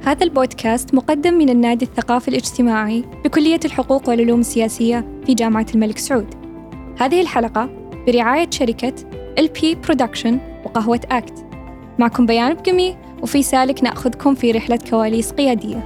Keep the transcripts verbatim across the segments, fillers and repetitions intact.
هذا البودكاست مقدم من النادي الثقافي الاجتماعي بكلية الحقوق والعلوم السياسية في جامعة الملك سعود. هذه الحلقة برعاية شركة إل بي Production وقهوة أكت. معكم بيان بقمي، وفي سالك نأخذكم في رحلة كواليس قيادية.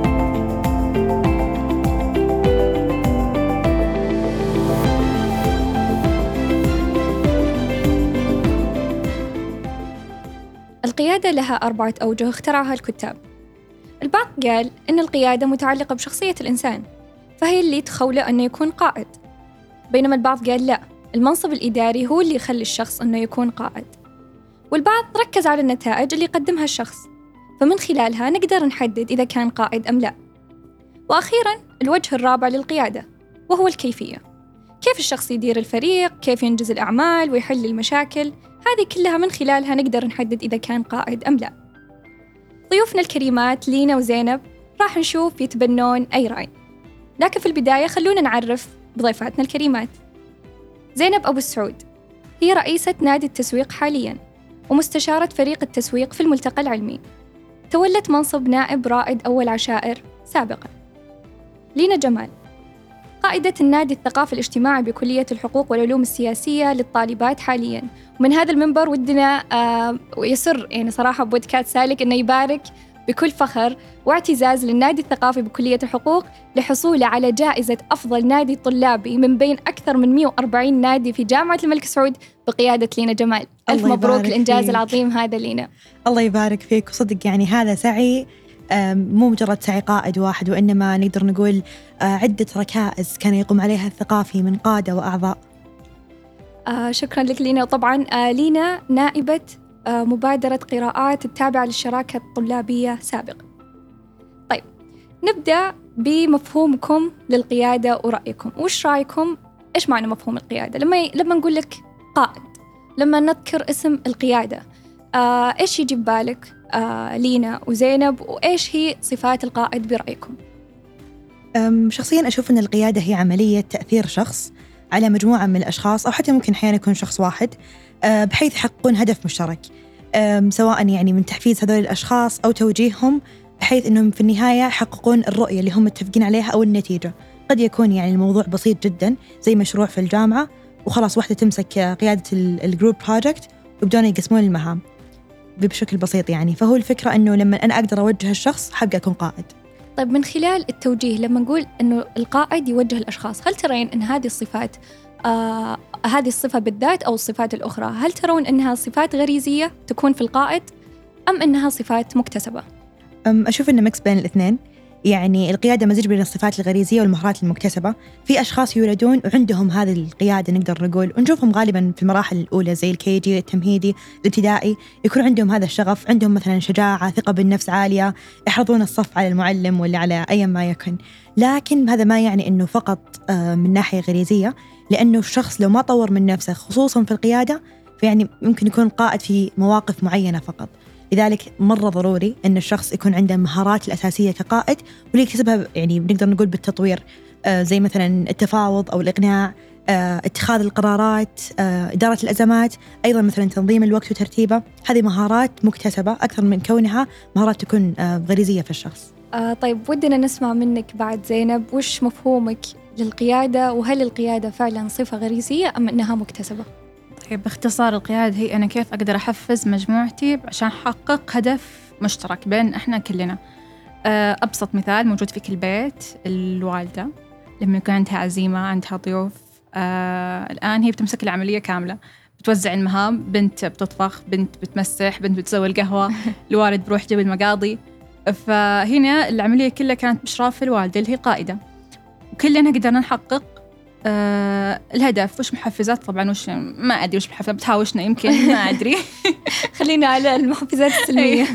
القيادة لها أربعة أوجه اخترعها الكتاب. البعض قال إن القيادة متعلقة بشخصية الإنسان، فهي اللي تخوله أنه يكون قائد، بينما البعض قال لا، المنصب الإداري هو اللي يخلي الشخص أنه يكون قائد. والبعض ركز على النتائج اللي يقدمها الشخص، فمن خلالها نقدر نحدد إذا كان قائد أم لا. وأخيراً الوجه الرابع للقيادة، وهو الكيفية. كيف الشخص يدير الفريق، كيف ينجز الأعمال ويحل المشاكل، هذه كلها من خلالها نقدر نحدد إذا كان قائد أم لا. ضيوفنا الكريمات لينا وزينب راح نشوف يتبنون أي رأي، لكن في البداية خلونا نعرف بضيفاتنا الكريمات. زينب أبو السعود هي رئيسة نادي التسويق حالياً ومستشارة فريق التسويق في الملتقى العلمي. تولت منصب نائب رائد أول عشائر سابقاً. لينا جمال قائدة النادي الثقافي الاجتماعي بكلية الحقوق والعلوم السياسية للطالبات حالياً. ومن هذا المنبر ودنا آه ويسر يعني صراحة بودكاست سالك إنه يبارك بكل فخر واعتزاز للنادي الثقافي بكلية الحقوق لحصوله على جائزة أفضل نادي طلابي من بين أكثر من مئة وأربعين نادي في جامعة الملك سعود بقيادة لينا جمال. ألف مبروك الإنجاز فيك. العظيم هذا لينا. الله يبارك فيك، وصدق يعني هذا سعي مو مجرد سعي قائد واحد، وإنما نقدر نقول عدة ركائز كان يقوم عليها الثقافي من قادة وأعضاء. آه شكرا لك لينا. وطبعا آه لينا نائبة آه مبادرة قراءات التابعة للشراكة الطلابية سابقا. طيب نبدأ بمفهومكم للقيادة ورأيكم. وش رأيكم؟ إيش معنى مفهوم القيادة؟ لما ي... لما نقول لك قائد، لما نذكر اسم القيادة، آه إيش يجي ببالك آه لينا وزينب؟ وإيش هي صفات القائد برأيكم؟ شخصياً أشوف أن القيادة هي عملية تأثير شخص على مجموعة من الأشخاص، أو حتى ممكن أحياناً يكون شخص واحد، بحيث يحققون هدف مشترك، سواء يعني من تحفيز هذول الأشخاص أو توجيههم بحيث أنهم في النهاية يحققون الرؤية اللي هم متفقين عليها أو النتيجة. قد يكون يعني الموضوع بسيط جداً زي مشروع في الجامعة، وخلاص واحدة تمسك قيادة الجروب بروجكت ويبدون يقسمون المهام بشكل بسيط يعني. فهو الفكرة أنه لما أنا أقدر أوجه الشخص حابة أكون قائد. طيب من خلال التوجيه، لما نقول أنه القائد يوجه الأشخاص، هل ترين أن هذه الصفات آه هذه الصفة بالذات أو الصفات الأخرى، هل ترون أنها صفات غريزية تكون في القائد أم أنها صفات مكتسبة؟ أشوف أنه ميكس بين الاثنين. يعني القيادة مزيج بين الصفات الغريزية والمهارات المكتسبة. في أشخاص يولدون وعندهم هذه القيادة نقدر نقول، ونشوفهم غالباً في المراحل الأولى زي الكي جي، التمهيدي، الابتدائي، يكون عندهم هذا الشغف، عندهم مثلاً شجاعة، ثقة بالنفس عالية، يحرضون الصف على المعلم ولا على أي ما يكن. لكن هذا ما يعني أنه فقط من ناحية غريزية، لأنه الشخص لو ما طور من نفسه خصوصاً في القيادة فيعني ممكن يكون قائد في مواقف معينة فقط. لذلك مرة ضروري أن الشخص يكون عنده مهارات الأساسية كقائد، واللي يكتسبها يعني نقدر نقول بالتطوير، آه زي مثلا التفاوض أو الإقناع، آه اتخاذ القرارات، آه إدارة الأزمات، أيضا مثلا تنظيم الوقت وترتيبه. هذه مهارات مكتسبة أكثر من كونها مهارات تكون آه غريزية في الشخص. آه طيب ودنا نسمع منك بعد زينب، وش مفهومك للقيادة؟ وهل القيادة فعلا صفة غريزية أم أنها مكتسبة؟ طيب باختصار القيادة هي أنا كيف أقدر أحفز مجموعتي عشان أحقق هدف مشترك بين إحنا كلنا. أبسط مثال موجود في كل بيت، الوالدة لما يكون عندها عزيمة، عندها ضيوف، آه الآن هي بتمسك العملية كاملة، بتوزع المهام، بنت بتطبخ، بنت بتمسح، بنت بتسوي القهوة، الوالد بروح يجيب المقاضي. فهنا العملية كلها كانت بإشراف الوالدة اللي هي قائدة، وكلنا قدرنا نحقق آه الهدف. وش محفزات؟ طبعا وش ما أدري وش محفزات، بتهاوشنا يمكن ما أدري. خلينا على المحفزات السلمية.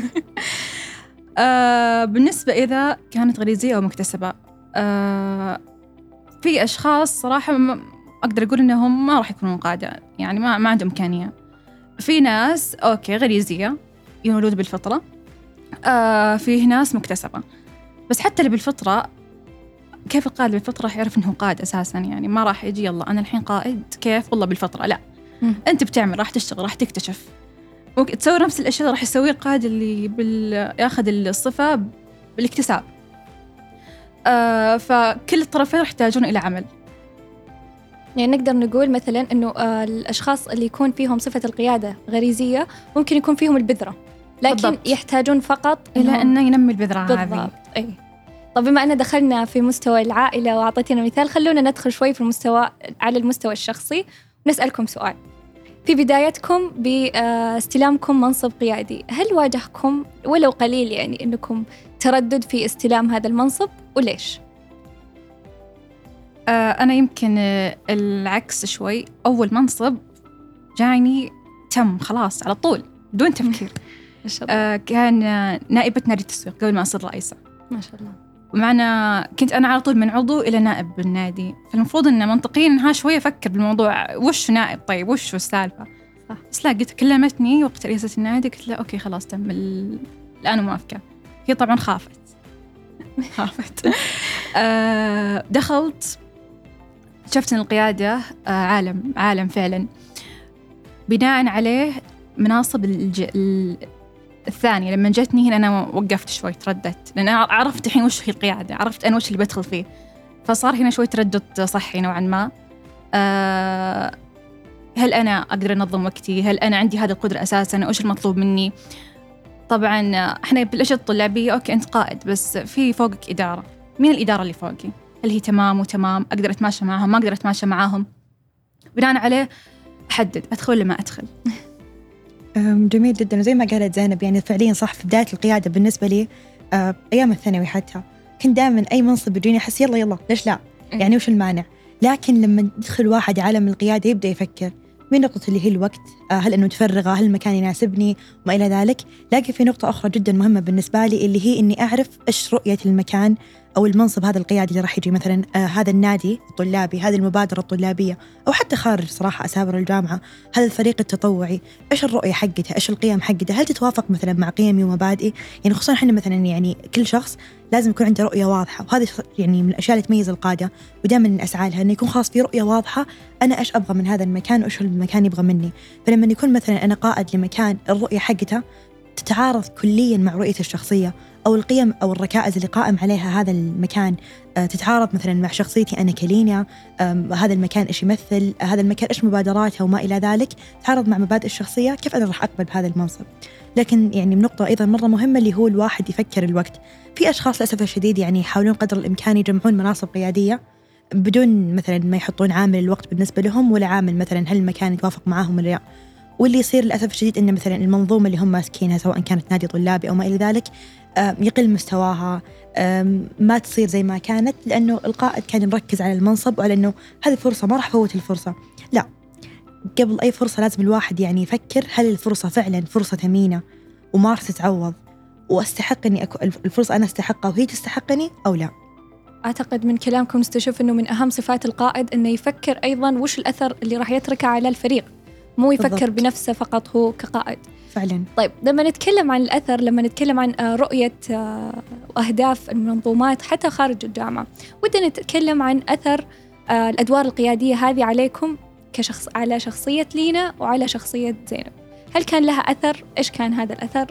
آه بالنسبة إذا كانت غريزية أو مكتسبة، آه في أشخاص صراحة أقدر أقول إنهم ما راح يكونون قادة، يعني ما ما عندهم إمكانية. في ناس أوكي غريزية يولدوا بالفطرة، آه فيه ناس مكتسبة. بس حتى اللي بالفطرة، كيف القائد بالفطرة راح يعرف إنه قائد أساساً؟ يعني ما راح يجي يلا أنا الحين قائد كيف والله بالفطرة، لا. م. أنت بتعمل، راح تشتغل، راح تكتشف، ممكن تسوي نفس الأشياء راح يسويه القائد اللي بال... ياخذ الصفة بالاكتساب. آه فكل الطرفين يحتاجون إلى عمل. يعني نقدر نقول مثلا أنه آه الأشخاص اللي يكون فيهم صفة القيادة غريزية ممكن يكون فيهم البذرة، لكن بالضبط. يحتاجون فقط إلى أنه ينمي البذرة هذه. بالضبط. أي. طب بما أن دخلنا في مستوى العائلة وأعطيتنا مثال، خلونا ندخل شوي في المستوى على المستوى الشخصي ونسألكم سؤال. في بدايتكم باستلامكم منصب قيادي، هل واجهكم ولو قليل يعني أنكم تردد في استلام هذا المنصب وليش؟ آه أنا يمكن العكس شوي. أول منصب جاني تم خلاص على طول بدون تفكير. آه كان نائبة نادي التسويق قبل ما أصير رئيسة. ما شاء الله. ومعنا كنت أنا على طول من عضو إلى نائب بالنادي، فالمفروض إنه منطقيا إنها شوية أفكر بالموضوع، وش نائب طيب وش السالفة. صح. بس لا، قلت كلمتني وقت رئيسة النادي قلت له أوكي خلاص تم الآن موافقة. هي طبعا خافت خافت آه دخلت شفت إن القيادة آه عالم عالم فعلا، بناء عليه مناصب الج... الثانية لما جتني هنا أنا وقفت شوي ترددت، لأن أنا عرفت الحين وش هي القيادة، عرفت أنا وش اللي بدخل فيه، فصار هنا شوي تردد صحي نوعا ما. أه هل أنا أقدر أنظم وقتي؟ هل أنا عندي هذا القدرة أساساً؟ وش المطلوب مني؟ طبعاً إحنا بالأشياء الطلابية أوكي أنت قائد، بس في فوقك إدارة. مين الإدارة اللي فوقي؟ هل هي تمام وتمام أقدر أتماشى معهم؟ ما أقدر أتماشى معاهم؟ بناء عليه أحدد أدخل ولا ما أدخل. جميل جدا. وزي ما قالت زينب يعني فعليا صح، في بداية القيادة بالنسبة لي آه، أيام الثانوي حتى كنت دائما أي منصب يجيني أحس يلا يلا ليش لا، يعني وش المانع. لكن لما يدخل واحد عالم القيادة يبدأ يفكر من نقطة اللي هي الوقت، آه، هل أنه متفرغة، هل المكان يناسبني وما إلى ذلك. لكن في نقطة أخرى جدا مهمة بالنسبة لي اللي هي إني أعرف إيش رؤية المكان أو المنصب هذا القيادي اللي راح يجي، مثلا آه هذا النادي الطلابي، هذه المبادرة الطلابية، أو حتى خارج صراحة أسابر الجامعة هذا الفريق التطوعي، إيش الرؤية حقته، إيش القيم حقته، هل تتوافق مثلا مع قيمي ومبادئي. يعني خصوصا إحنا مثلا يعني كل شخص لازم يكون عنده رؤية واضحة، وهذه يعني من الأشياء اللي تميز القادة ودائما أسعى لها، إنه يكون خلاص في رؤية واضحة أنا إيش أبغى من هذا المكان وإيش المكان يبغى مني. فلما يكون مثلا أنا قائد لمكان الرؤية حقته تتعارض كليا مع رؤيتي الشخصية، أو القيم أو الركائز اللي قائم عليها هذا المكان تتعارض مثلا مع شخصيتي أنا كلينا، هذا المكان إيش يمثل، هذا المكان إيش مبادراته وما إلى ذلك، تعارض مع مبادئ الشخصية، كيف أنا راح أقبل بهذا المنصب. لكن يعني نقطة أيضا مرة مهمة اللي هو الواحد يفكر الوقت. في أشخاص للأسف الشديد يعني يحاولون قدر الإمكان يجمعون مناصب قيادية بدون مثلا ما يحطون عامل الوقت بالنسبة لهم، ولا عامل مثلا هل المكان يتوافق معاهم ولا لا. واللي يصير للأسف الشديد إن مثلا المنظومة اللي هم ماسكينها سواء كانت نادي طلابي أو ما إلى ذلك يقل مستواها، ما تصير زي ما كانت، لأنه القائد كان مركز على المنصب وعلى أنه هذه فرصة ما راح فوت الفرصة. لا، قبل أي فرصة لازم الواحد يعني يفكر هل الفرصة فعلا فرصة ثمينة وما راح تتعوض، واستحق أني أكو الفرصة أنا استحقها وهي تستحقني أو لا. أعتقد من كلامكم نستشف أنه من أهم صفات القائد أنه يفكر أيضا وش الأثر اللي راح يتركه على الفريق، مو يفكر بالضبط بنفسه فقط هو كقائد. فعلا. طيب لما نتكلم عن الأثر، لما نتكلم عن رؤية وأهداف المنظومات حتى خارج الجامعة، ودنا نتكلم عن أثر الأدوار القيادية هذه عليكم كشخص، على شخصية لينا وعلى شخصية زينب. هل كان لها أثر؟ إيش كان هذا الأثر؟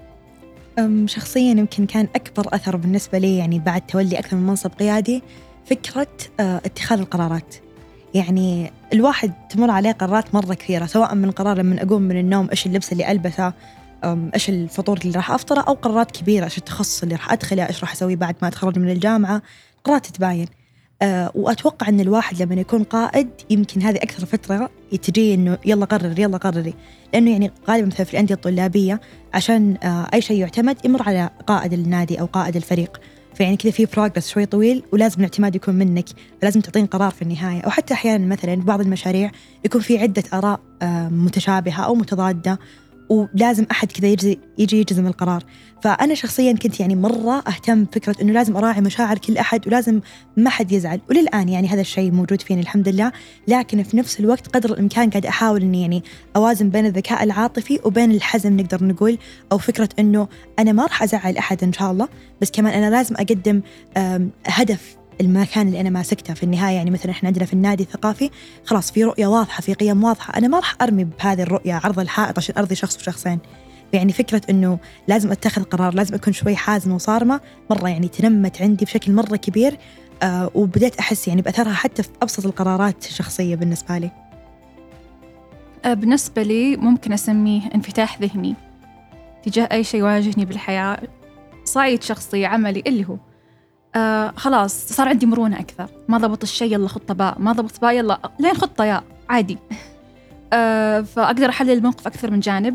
أم شخصيا يمكن كان أكبر أثر بالنسبة لي يعني بعد تولي أكثر من منصب قيادي فكرة اتخاذ القرارات. يعني الواحد تمر عليه قرارات مرة كثيرة، سواء من قرار لما أقوم من النوم إيش اللبس اللي ألبسه، إيش الفطور اللي راح أفطره، أو قرارات كبيرة إيش التخصص اللي راح أدخله، إيش راح أسوي بعد ما أتخرج من الجامعة. قرارات تتباين. أه وأتوقع أن الواحد لما يكون قائد يمكن هذه أكثر فترة تجي إنه يلا قرر يلا قرري، لأنه يعني غالبا مثلا في الأندية الطلابية عشان أه أي شيء يعتمد يمر على قائد النادي أو قائد الفريق، فيعني كذا في بروجرس شوي طويل ولازم الاعتماد يكون منك، فلازم تعطين قرار في النهاية. أو حتى أحيانا مثلا بعض المشاريع يكون في عدة آراء متشابهة أو متضادة، ولازم أحد كذا يجي يجي يجزم القرار. فأنا شخصيا كنت يعني مرة أهتم بفكرة إنه لازم أراعي مشاعر كل أحد ولازم ما حد يزعل، وللآن يعني هذا الشيء موجود فيني الحمد لله. لكن في نفس الوقت قدر الإمكان قاعد أحاول إني يعني أوازن بين الذكاء العاطفي وبين الحزم نقدر نقول، أو فكرة إنه أنا ما راح أزعل أحد إن شاء الله، بس كمان أنا لازم أقدم هدف المكان اللي أنا ماسكته في النهاية. يعني مثلا إحنا عندنا في النادي الثقافي خلاص في رؤية واضحة، في قيم واضحة، أنا ما راح أرمي بهذه الرؤية عرض الحائط عشان أرضي شخص وشخصين. يعني فكرة إنه لازم أتخذ قرار، لازم أكون شوي حازمة وصارمة، مرة يعني تنمت عندي بشكل مرة كبير. آه وبدأت أحس يعني بأثرها حتى في أبسط القرارات الشخصية بالنسبة لي. آه بالنسبة لي ممكن أسميه انفتاح ذهني تجاه أي شيء يواجهني بالحياة، صعيد شخصي عملي اللي هو آه خلاص صار عندي مرونة أكثر. ما ضبط الشيء يلا خطة باء، ما ضبط باء يلا لين خطة ياء عادي. آه فأقدر أحلل الموقف أكثر من جانب.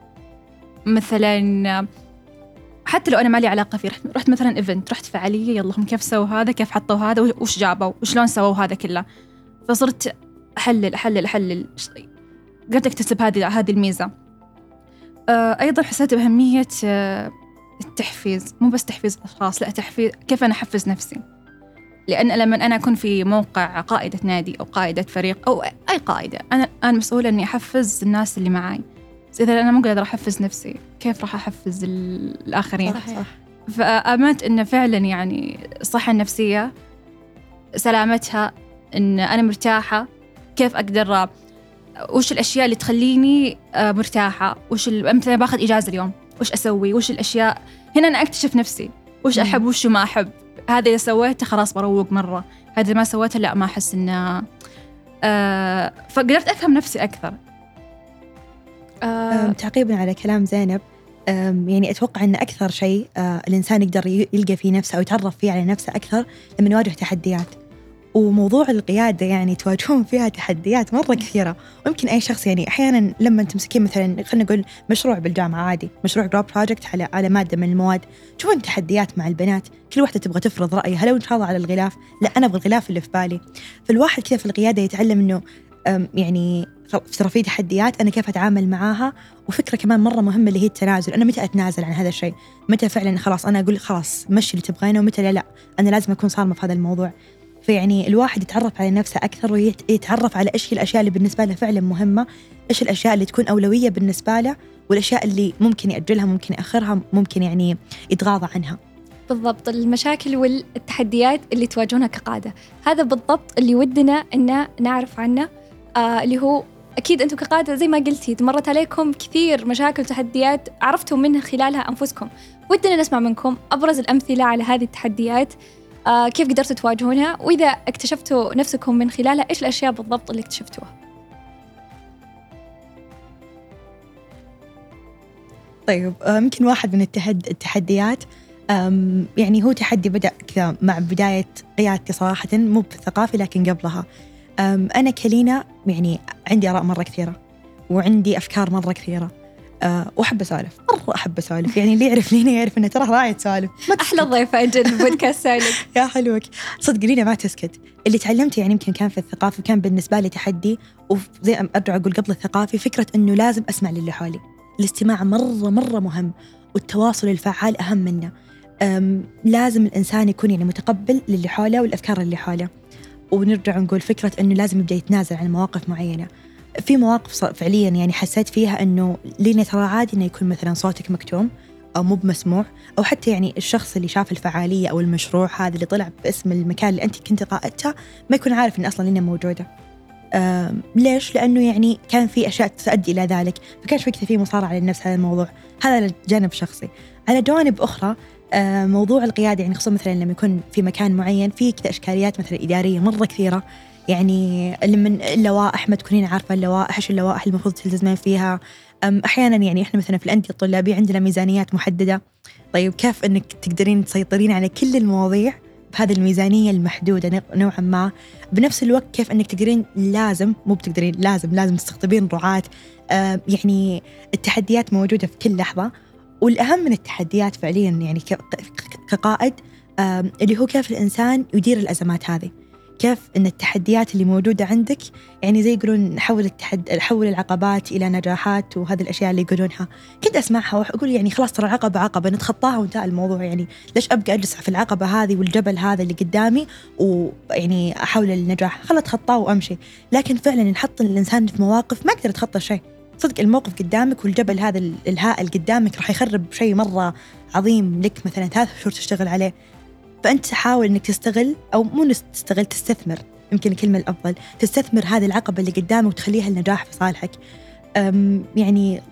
مثلا حتى لو أنا ما لي علاقة فيه، رحت, رحت مثلا إيفنت، رحت فعالية، يلا هم كيف سووا هذا، كيف حطوا هذا، وش جابوا، وشلون سووا هذا كله. فصرت أحلل أحلل أحلل قدرت أكتسب هذه هذه الميزة. آه أيضا حسيت بأهمية آه التحفيز، مو بس تحفيز أشخاص، لا تحفيز كيف أنا أحفز نفسي. لأن لما أنا أكون في موقع قائدة نادي أو قائدة فريق أو أي قائدة، أنا أنا مسؤولة إني أحفز الناس اللي معاي. إذا أنا مو قادرة أحفز نفسي كيف راح أحفز الآخرين؟ صح صح. فآمنت إن فعلا يعني الصحة النفسية سلامتها إن أنا مرتاحة، كيف أقدر، وش الأشياء اللي تخليني مرتاحة، وش مثلا باخذ إجازة اليوم وش أسوي، وش الأشياء هنا أنا أكتشف نفسي وش أحب وش ما أحب. هذا إذا سويته خلاص بروق مرة، هذا ما سويته لا ما أحس إنه آه فقدرت أفهم نفسي أكثر. آه تعقيبا على كلام زينب، يعني أتوقع أن أكثر شيء آه الإنسان يقدر يلقى فيه نفسه أو يتعرف فيه على نفسه أكثر لما يواجه تحديات. وموضوع القيادة يعني تواجهون فيها تحديات مرة كثيرة، ويمكن أي شخص يعني أحياناً لما تمسكين مثلاً خلنا نقول مشروع بالجامعة عادي، مشروع جروب بروجكت على على مادة من المواد، تشوفون تحديات مع البنات، كل واحدة تبغى تفرض رأيها، لو إن شاء الله على الغلاف، لا أنا أبغى الغلاف اللي في بالي. فالواحد كذا في القيادة يتعلم إنه يعني ترى في تحديات أنا كيف أتعامل معاها. وفكرة كمان مرة مهمة اللي هي التنازل، أنا متى أتنازل عن هذا الشيء، متى فعلاً خلاص أنا أقول خلاص مشي اللي تبغينه، ومتى لا لا أنا لازم أكون صارمة في هذا الموضوع. فيعني الواحد يتعرف على نفسه أكثر ويتعرف على إيش هي الأشياء اللي بالنسبة له فعلا مهمة، إيش الأشياء اللي تكون أولوية بالنسبة له، والأشياء اللي ممكن يأجلها، ممكن يأخرها، ممكن يعني يتغاضى عنها. بالضبط، المشاكل والتحديات اللي تواجهونها كقادة، هذا بالضبط اللي ودنا إن نعرف عنه. آه اللي هو أكيد أنتم كقادة زي ما قلتي مرت عليكم كثير مشاكل وتحديات عرفتم منها خلالها أنفسكم، ودنا نسمع منكم أبرز الأمثلة على هذه التحديات، آه كيف قدرتوا تواجهونها، وإذا اكتشفتوا نفسكم من خلالها إيش الأشياء بالضبط اللي اكتشفتوها. طيب يمكن واحد من التحد التحديات يعني هو تحدي بدأ كذا مع بداية قيادتي صراحة، مو بالثقافي لكن قبلها. أنا كلينا يعني عندي آراء مرة كثيرة وعندي أفكار مرة كثيرة، أه وأحب أسولف، مرة أحب أسولف، يعني اللي يعرف لينا يعرف إنه ترى راعي سولف. أحلى ضيفة أجل البودكاست سالك. يا حلوك، صدق لينا ما تسكت. اللي تعلمته يعني يمكن كان في الثقافي، كان بالنسبة لي تحدي، وزي أرجع أقول قبل الثقافي فكرة إنه لازم أسمع للي حولي. الاستماع مرة مرة مهم، والتواصل الفعال أهم منه. لازم الإنسان يكون يعني متقبل للي حوله والأفكار اللي حوله. ونرجع نقول فكرة إنه لازم يبدأ يتنازل عن مواقف معينة. في مواقف فعليا يعني حسيت فيها إنه لينا ترى عادي إنه يكون مثلا صوتك مكتوم أو مو بمسموع، أو حتى يعني الشخص اللي شاف الفعالية أو المشروع هذا اللي طلع باسم المكان اللي أنت كنت قائدتها ما يكون عارف إن أصلا لينا موجودة. آه ليش؟ لأنه يعني كان في أشياء تؤدي إلى ذلك، فكان شوي كثير في مصارعة للنفس هذا الموضوع. هذا جانب شخصي. على جوانب أخرى آه موضوع القيادة، يعني خصوصا مثلا لما يكون في مكان معين في كذا إشكاليات مثلا إدارية مرة كثيرة، يعني لما اللوائح ما تكونين عارفة اللوائح إيش اللوائح اللي المفروض تلتزمين فيها. أحيانا يعني إحنا مثلا في الأندية الطلابية عندنا ميزانيات محددة، طيب كيف إنك تقدرين تسيطرين على كل المواضيع بهذه الميزانية المحدودة نوعا ما؟ بنفس الوقت كيف إنك تقدرين لازم مو بتقدرين لازم لازم تستقطبين رعاة. آه يعني التحديات موجودة في كل لحظة، والأهم من التحديات فعليا يعني كقائد آه اللي هو كيف الإنسان يدير الأزمات هذه، كيف إن التحديات اللي موجودة عندك يعني زي يقولون نحول التحد نحول العقبات إلى نجاحات، وهذه الأشياء اللي يقولونها كنت أسمعها وأقول يعني خلاص ترى عقبة عقبة نتخطاها وانتهى الموضوع، يعني ليش أبقى أجلس في العقبة هذه والجبل هذا اللي قدامي ويعني أحاول النجاح، خلاص أتخطاه وأمشي. لكن فعلا نحط الإنسان في مواقف ما قدر يتخطى شيء، صدق الموقف قدامك والجبل هذا الهائل قدامك راح يخرب شيء مرة عظيم لك مثلا ثلاث شهور تشتغل عليه. فأنت تحاول إنك تستغل أو مو تستغل تستثمر، يمكن الكلمة الأفضل تستثمر هذه العقبة اللي قدامك وتخليها النجاح في صالحك. يعني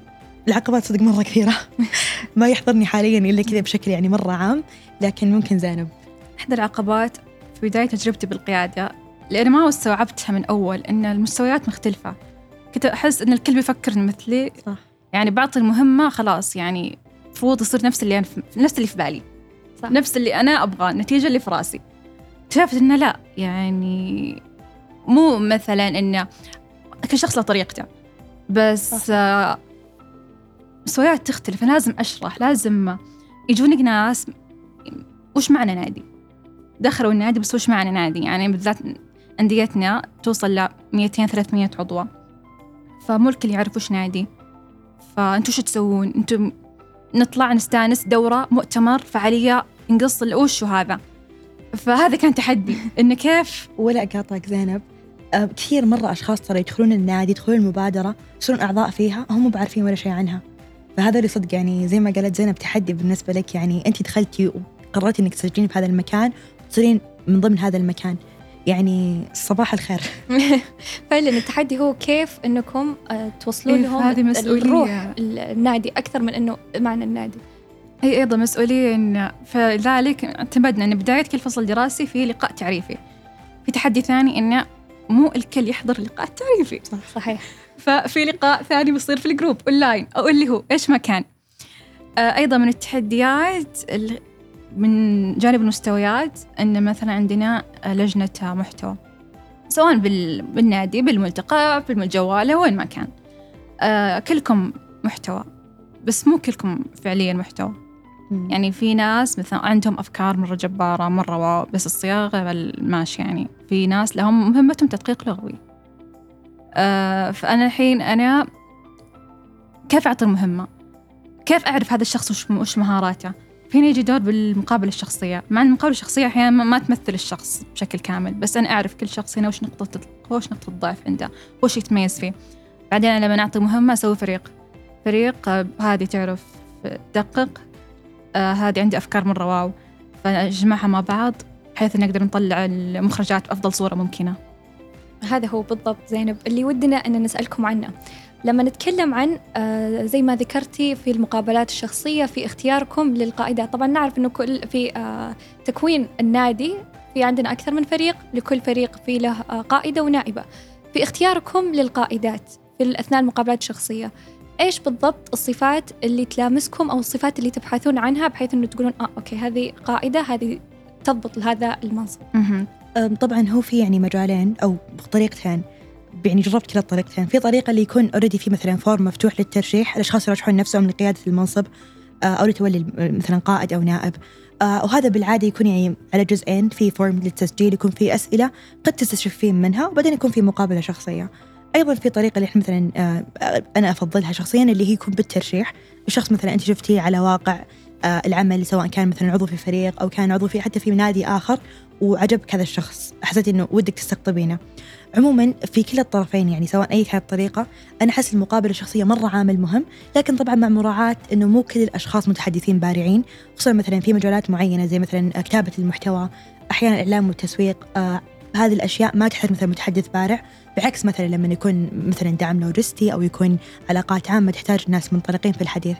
العقبات صدق مرة كثيرة ما يحضرني حاليا إلا كذا بشكل يعني مرة عام، لكن ممكن زينب. إحدى العقبات في بداية تجربتي بالقيادة لأن ما استوعبتها من أول إن المستويات مختلفة. كنت أحس إن الكل بيفكر مثلي، صح. يعني بعطي المهمة خلاص يعني فوض يصير نفس اللي أنا في نفس اللي في بالي، صح. نفس اللي أنا أبغاه، النتيجة اللي في راسي. اكتشفت إنه لا، يعني مو مثلا إنه كل شخص له طريقته، بس آه مستويات تختلف. أنا لازم أشرح، لازم يجونك ناس وش معنى نادي، دخلوا النادي بس وش معنى نادي، يعني بالذات أنديتنا توصل ل مئتين ثلاثمية عضوة، فمو الكل يعرف وش نادي. فأنتوا شو تسوون؟ أنتوا نطلع نستانس دورة مؤتمر فعالية نقص وش هذا. فهذا كان تحدي إنه كيف. ولا أقاطعك زينب، أه كثير مرة أشخاص ترى يدخلون النادي، يدخلون المبادرة، يصيرون أعضاء فيها هم مو بعارفين ولا شيء عنها. فهذا اللي صدق يعني زي ما قالت زينب تحدي بالنسبة لك، يعني أنت دخلتي وقررتي إنك تسجلين في هذا المكان وتصيرين من ضمن هذا المكان، يعني صباح الخير. فعلا التحدي هو كيف إنكم توصلون إيه لهم هذه مسؤولية الروح النادي أكثر من إنه معنى النادي. هي أيضا مسؤولية. إن فذلك اعتمدنا أن بداية كل فصل دراسي في لقاء تعريفي. في تحدي ثاني إنه مو الكل يحضر اللقاء التعريفي. صحيح. ففي لقاء ثاني بيصير في الجروب أونلاين أو اللي هو إيش ما كان. آه أيضا من التحديات من جانب المستويات أن مثلا عندنا لجنة محتوى، سواء بالنادي بالملتقى بالجوالة وين ما كان. آه كلكم محتوى بس مو كلكم فعليا محتوى. يعني في ناس مثلا عندهم أفكار مرة جبارة مرة واو، بس الصياغة ماشي. يعني في ناس لهم مهمتهم تدقيق لغوي. آه فأنا الحين أنا كيف أعطي المهمة، كيف أعرف هذا الشخص وش, وش مهاراته. فينا يجي دور بالمقابلة الشخصية، مع أن المقابلة الشخصية أحيانا ما تمثل الشخص بشكل كامل، بس أنا أعرف كل شخص هنا وش نقطة القوة وش نقطة الضعف عنده وش يتميز فيه. بعدين أنا لما نعطي مهمة أسوي فريق فريق آه هذه تعرف دقق، آه هذه عندي أفكار مرة واو، فنجمعها مع بعض بحيث نقدر نطلع المخرجات بأفضل صورة ممكنة. هذا هو بالضبط زينب اللي ودنا أن نسألكم عنه. لما نتكلم عن آه زي ما ذكرتي في المقابلات الشخصية في اختياركم للقائدات، طبعا نعرف أنه كل في آه تكوين النادي في عندنا أكثر من فريق، لكل فريق في له آه قائدة ونائبة. في اختياركم للقائدات في أثناء المقابلات الشخصية، إيش بالضبط الصفات اللي تلامسكم أو الصفات اللي تبحثون عنها بحيث أنه تقولون آه أوكي هذه قائدة، هذه تضبط لهذا المنصب؟ طبعا هو في يعني مجالين أو طريقتين، يعني جربت كلا الطريقتين. في طريقة اللي يكون أوريدي في مثلا فورم مفتوح للترشيح، الأشخاص يرشحون نفسهم لقيادة المنصب أو لتولي مثلا قائد أو نائب، وهذا بالعادة يكون يعني على جزئين، في فورم للتسجيل يكون في أسئلة قد تستشفين منها، وبعدين يكون في مقابلة شخصية. أيضا في طريقة اللي مثلا أنا أفضلها شخصيا اللي هي يكون بالترشيح، الشخص مثلا أنت شفتيه على واقع العمل، سواء كان مثلا عضو في فريق أو كان عضو في حتى في نادي آخر وعجبك هذا الشخص، حسيت إنه ودك تستقطبينه. عموما في كلا الطرفين يعني سواء أي كانت الطريقة، أنا أحس المقابلة الشخصية مرة عامل مهم، لكن طبعا مع مراعاة إنه مو كل الأشخاص متحدثين بارعين، خصوصا مثلا في مجالات معينة زي مثلا كتابة المحتوى، أحيانا الإعلام والتسويق. آه هذه الأشياء ما تحتاج مثلا متحدث بارع، بعكس مثلا لما يكون مثلا دعم لوجستي أو يكون علاقات عامة تحتاج ناس منطلقين في الحديث.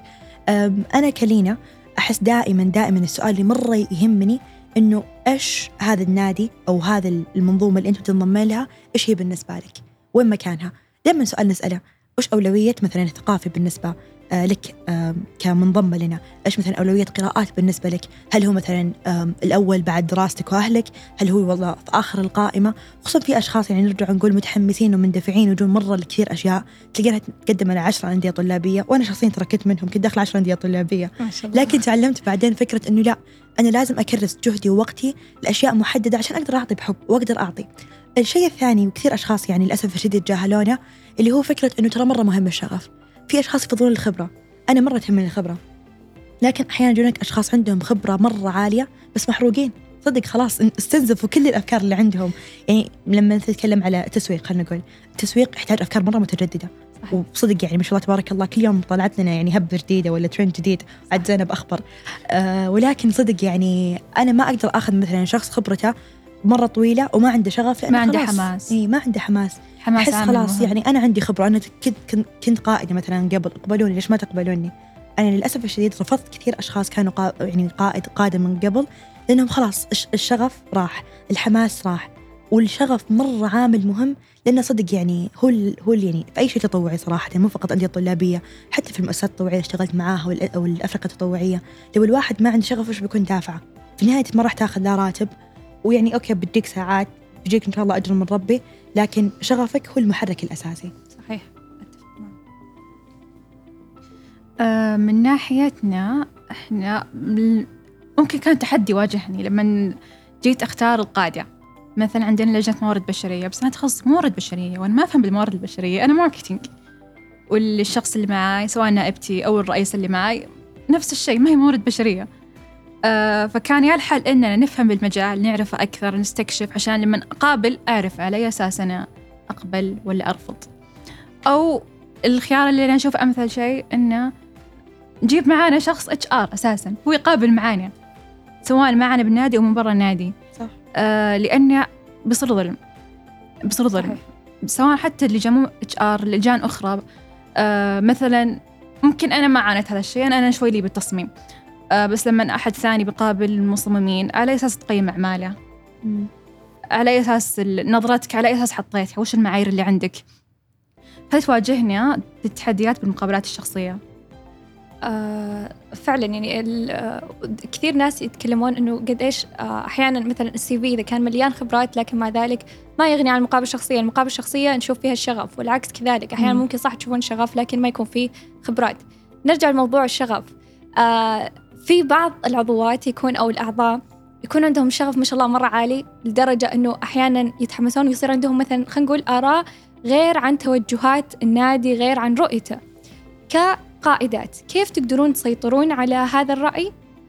أنا كلينا أحس دائما دائما السؤال اللي مرة يهمني إنه إيش هذا النادي أو هذا المنظومة اللي أنتم تنضمين لها، إيش هي بالنسبة لك، وين مكانها. دائما سؤال نسأله، إيش أولوية مثلا الثقافي بالنسبة آه لك آه كمنضمة لنا، إيش مثلا أولوية قراءات بالنسبة لك، هل هو مثلا آه الأول بعد دراستك وأهلك، هل هو والله في آخر القائمة. خصوصا في أشخاص يعني نرجع نقول متحمسين ومندفعين ويجون مرة لكثير أشياء، تلاقينها تقدم على عشرة أندية طلابية، وأنا شخصيا تركت منهم، كنت داخل عشرة أندية طلابية، لكن تعلمت بعدين فكرة إنه لا، أنا لازم أكرس جهدي ووقتي لأشياء محددة عشان أقدر أعطي بحب وأقدر أعطي. الشيء الثاني وكثير أشخاص يعني للأسف الشديد يتجاهلونه، اللي هو فكرة إنه ترى مرة مهم الشغف. في أشخاص يفضلون الخبرة، أنا مرة تهمني الخبرة، لكن أحيانا يجونك أشخاص عندهم خبرة مرة عالية بس محروقين، صدق خلاص استنزفوا كل الأفكار اللي عندهم. يعني لما نتكلم على التسويق، خلينا نقول التسويق يحتاج أفكار مرة متجددة، وصدق يعني ما شاء الله تبارك الله كل يوم طلعت لنا يعني هبة جديدة ولا ترند جديد، عاد زينب أخبر. آه ولكن صدق يعني أنا ما أقدر أخذ مثلا شخص خبرته مرة طويلة وما عنده شغف، ما عنده حماس. إيه ما عنده حماس. حماس أحس عامل خلاص مهم. يعني أنا عندي خبرة، أنا كنت كنت- كنت قائدة مثلا قبل، اقبلوني ليش ما تقبلوني؟ أنا للأسف الشديد رفضت كثير أشخاص كانوا قا... يعني قائد قادة من قبل، لأنهم خلاص الش- الشغف راح، الحماس راح. والشغف مرة عامل مهم، لأنه صدق يعني هو ال... هو ال- يعني في أي شيء تطوعي صراحة، مو فقط أندية طلابية، حتى في المؤسسات التطوعية اللي اشتغلت معاها وال... أو الأفرقة التطوعية، لو الواحد ما عنده شغف وش بيكون دافعه؟ في النهاية ما راح تاخذ لا راتب، ويعني أوكي بديك ساعات، بيجيك إن شاء الله أجر من ربي، لكن شغفك هو المحرك الأساسي. صحيح، أتفق معك. آه من ناحيتنا إحنا م- ممكن كان تحدي واجهني لما جيت أختار القادة. مثلا عندنا لجنة موارد بشرية، بس أنا أتخصص موارد بشرية وأنا ما أفهم بالموارد البشرية، أنا ماركتينج. والشخص اللي معاي سواء نائبتي أو الرئيس اللي معاي نفس الشيء، ما هي موارد بشرية. آه فكان يا الحل إننا نفهم بالمجال، نعرفه أكثر، نستكشف، عشان لما أقابل أعرف على أي أساس أنا أقبل ولا أرفض. أو الخيار اللي أنا أشوف أمثل شيء إنه نجيب معانا شخص اتش ار أساساً هو يقابل معانا، سواء معنا بالنادي أو من برا النادي. صح. آه لأنه بيصير ظلم، بيصير ظلم صحيح. سواء حتى اللي جمو اتش ار لجان أخرى. آه مثلا ممكن أنا ما عانيت هذا الشيء، أنا, أنا شوي لي بالتصميم، آه بس لما أحد ثاني بقابل المصممين على أساس تقيم أعماله، مم. على أساس نظرتك، على أساس حطيتها، وش المعايير اللي عندك. فتواجهنا التحديات بالمقابلات الشخصية. آه فعلا يعني ال- آه كثير ناس يتكلمون انه قد ايش آه احيانا مثلا السي في اذا كان مليان خبرات لكن مع ذلك ما يغني عن المقابله الشخصيه. المقابله الشخصيه نشوف فيها الشغف، والعكس كذلك احيانا مم. ممكن صح تشوفون شغف لكن ما يكون فيه خبرات. نرجع لموضوع الشغف. آه في بعض العضوات يكون او الاعضاء يكون عندهم شغف ما شاء الله مره عالي، لدرجه انه احيانا يتحمسون ويصير عندهم مثلا خلينا نقول اراء غير عن توجهات النادي، غير عن رؤيته. كقائدات كيف تقدرون تسيطرون على هذا الرأي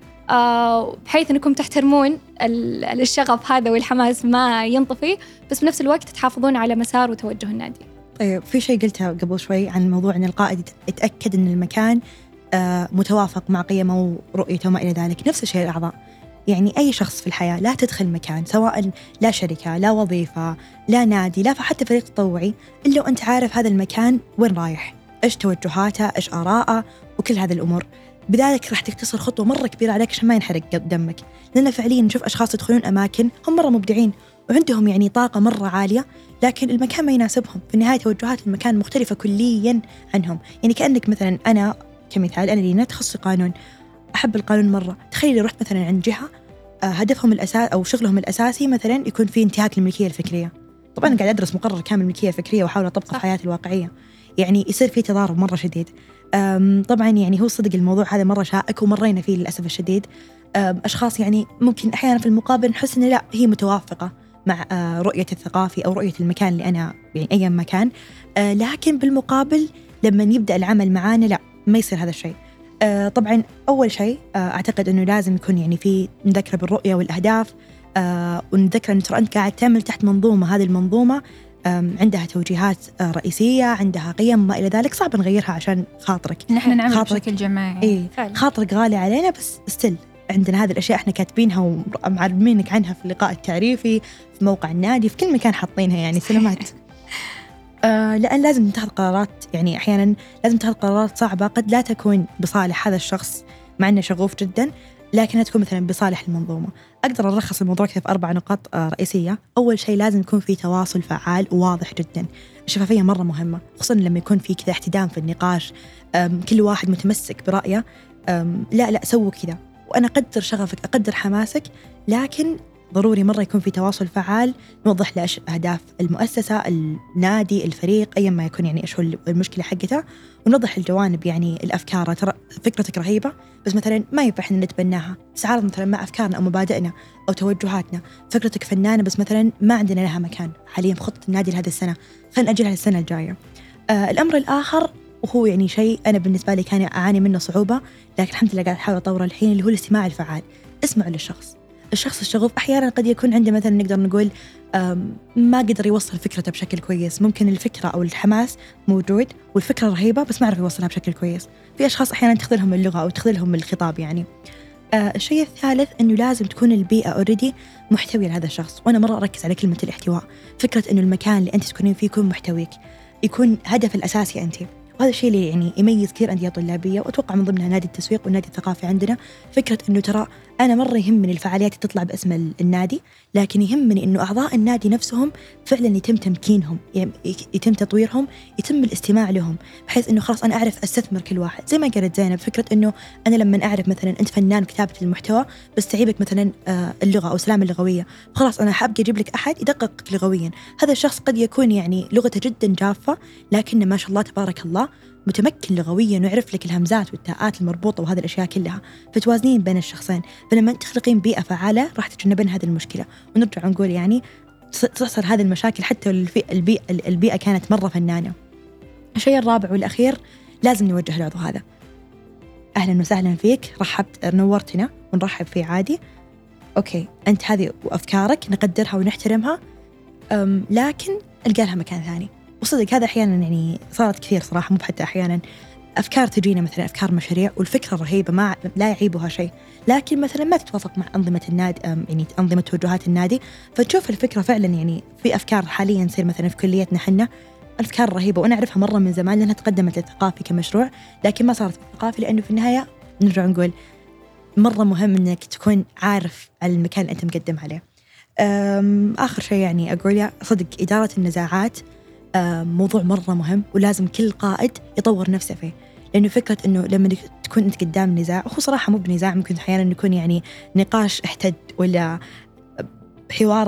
آه بحيث أنكم تحترمون الشغف هذا والحماس ما ينطفي، بس بنفس الوقت تحافظون على مسار وتوجه النادي؟ طيب في شيء قلتها قبل شوي عن موضوع أن القائد يتأكد أن المكان آه متوافق مع قيمه ورؤيته وما إلى ذلك. نفس الشيء الأعضاء، يعني أي شخص في الحياة لا تدخل مكان، سواء لا شركة لا وظيفة لا نادي لا حتى فريق تطوعي، إلا وأنت عارف هذا المكان وين رايح، إيش توجهاته، إيش آراءه، وكل هذه الأمور. بذلك راح تختصر خطوة مرة كبيرة عليك عشان ما ينحرق دمك. لأن فعليا نشوف أشخاص يدخلون أماكن هم مرة مبدعين وعندهم يعني طاقة مرة عالية، لكن المكان ما يناسبهم. في النهاية توجهات المكان مختلفة كليا عنهم. يعني كأنك مثلا أنا كمثال، أنا اللي تخصصي قانون، أحب القانون مرة، تخيلي رحت مثلا عند جهة هدفهم الأساس أو شغلهم الأساسي مثلا يكون في انتهاك للملكية الفكرية. طبعا أنا قاعد أدرس مقرر كامل الملكية الفكرية وأحاول أطبقه في حياتي الواقعية، يعني يصير في تضارب مرة شديد. طبعا يعني هو صدق الموضوع هذا مرة شائك ومرينا فيه للأسف الشديد. أشخاص يعني ممكن أحيانا في المقابل نحس إن لا هي متوافقة مع رؤية الثقافي أو رؤية المكان اللي أنا يعني أي مكان، لكن بالمقابل لما يبدأ العمل معانا لا ما يصير هذا الشيء. طبعا أول شيء أعتقد أنه لازم يكون يعني في مذكرة بالرؤية والأهداف، ونذكر أن ترى أنت قاعد تعمل تحت منظومة، هذه المنظومة عندها توجيهات رئيسية، عندها قيم ما إلى ذلك، صعب نغيرها عشان خاطرك. نحن نعمل بشكل جماعي. إيه خاطرك غالي علينا، بس استل عندنا هذه الأشياء إحنا كاتبينها ومعلمينك عنها في اللقاء التعريفي، في موقع النادي، في كل مكان حاطينها يعني سلامات. آه لأن لازم نتخذ قرارات، يعني أحيانا لازم نتخذ قرارات صعبة قد لا تكون بصالح هذا الشخص مع أنه شغوف جدا، لكنها تكون مثلا بصالح المنظومة. أقدر ألخص الموضوع كذا في أربع نقاط آه رئيسية. أول شيء لازم يكون في تواصل فعال وواضح جدا. الشفافية مرة مهمة، خصوصا لما يكون في كذا احتدام في النقاش، كل واحد متمسك برأيه. لا لا سووا كذا، وأنا أقدر شغفك، أقدر حماسك، لكن ضروري مرة يكون في تواصل فعال، نوضح له إيش أهداف المؤسسة، النادي، الفريق، أي ما يكون يعني إيش هو المشكلة حقته، ونوضح الجوانب. يعني الأفكار، ترى فكرتك رهيبة بس مثلا ما ينفع إحنا نتبناها، تتعارض مثلا مع أفكارنا أو مبادئنا أو توجهاتنا. فكرتك فنانة بس مثلا ما عندنا لها مكان حاليا في خطة النادي لهذه السنة، خلينا نأجلها للسنة الجاية. آه الأمر الآخر وهو يعني شيء أنا بالنسبة لي كان أعاني منه صعوبة، لكن الحمد لله قاعد أحاول أطوره الحين، اللي هو الاستماع الفعال. اسمع للشخص. الشخص الشغوف أحيانا قد يكون عنده مثلا نقدر نقول ما قدر يوصل فكرته بشكل كويس، ممكن الفكرة أو الحماس موجود والفكرة رهيبة بس ما عرف يوصلها بشكل كويس. في أشخاص أحيانا تخذلهم اللغة أو تخذلهم الخطاب يعني. آه الشيء الثالث أنه لازم تكون البيئة أوريدي محتوية لهذا الشخص، وأنا مرة أركز على كلمة الاحتواء. فكرة أنه المكان اللي أنت تكونين فيه يكون محتويك، يكون هدف الأساسي أنت. وهذا الشيء اللي يعني يميز كثير أندية طلابية، وأتوقع من ضمنها نادي التسويق والنادي الثقافي عندنا. فكرة أنه ترى أنا مرة يهمني الفعاليات اللي تطلع باسم النادي، لكن يهمني أنه أعضاء النادي نفسهم فعلا يتم تمكينهم، يتم تطويرهم، يتم الاستماع لهم، بحيث أنه خلاص أنا أعرف أستثمر كل واحد. زي ما قالت زينب، فكرة أنه أنا لما أعرف مثلا أنت فنان كتابة المحتوى بس تعيبك مثلا اللغة أو السلامة اللغوية، خلاص أنا حابة أجيب لك أحد يدققك لغويا. هذا الشخص قد يكون يعني لغته جدا جافة، لكن ما شاء الله تبارك الله متمكن لغويا ويعرف لك الهمزات والتاءات المربوطة وهذه الأشياء كلها، فتوازنين بين الشخصين. فلما تخلقين بيئة فعالة راح تتجنبين هذه المشكلة، ونرجع نقول يعني تحصل هذه المشاكل حتى البيئة, البيئة كانت مرة فنانة. الشيء الرابع والأخير، لازم نوجه العضو هذا أهلا وسهلا فيك، رحبت نورتنا ونرحب فيه عادي، أوكي أنت هذه وأفكارك نقدرها ونحترمها، لكن ألقى لها مكان ثاني. وصدق هذا أحيانا يعني صارت كثير صراحة، مو حتى أحيانا أفكار تجينا مثلا أفكار مشاريع والفكرة رهيبة ما لا يعيبها شيء، لكن مثلا ما تتوافق مع أنظمة النادي، يعني أنظمة توجهات النادي، فتشوف الفكرة فعلا يعني في أفكار حاليا تصير مثلا في كليتنا حنا أفكار رهيبة، وأنا أعرفها مرة من زمان لأنها تقدمت للثقافي كمشروع، لكن ما صارت في الثقافي، لأنه في النهاية نرجع نقول مرة مهم أنك تكون عارف المكان اللي أنت مقدم عليه. آخر شيء يعني أقول يا صدق، إدارة النزاعات موضوع مرة مهم، ولازم كل قائد يطور نفسه فيه، لأنه فكرة أنه لما تكون أنت قدام نزاع، وهو صراحة مو بنزاع، ممكن أحيانا يكون يعني نقاش احتد ولا حوار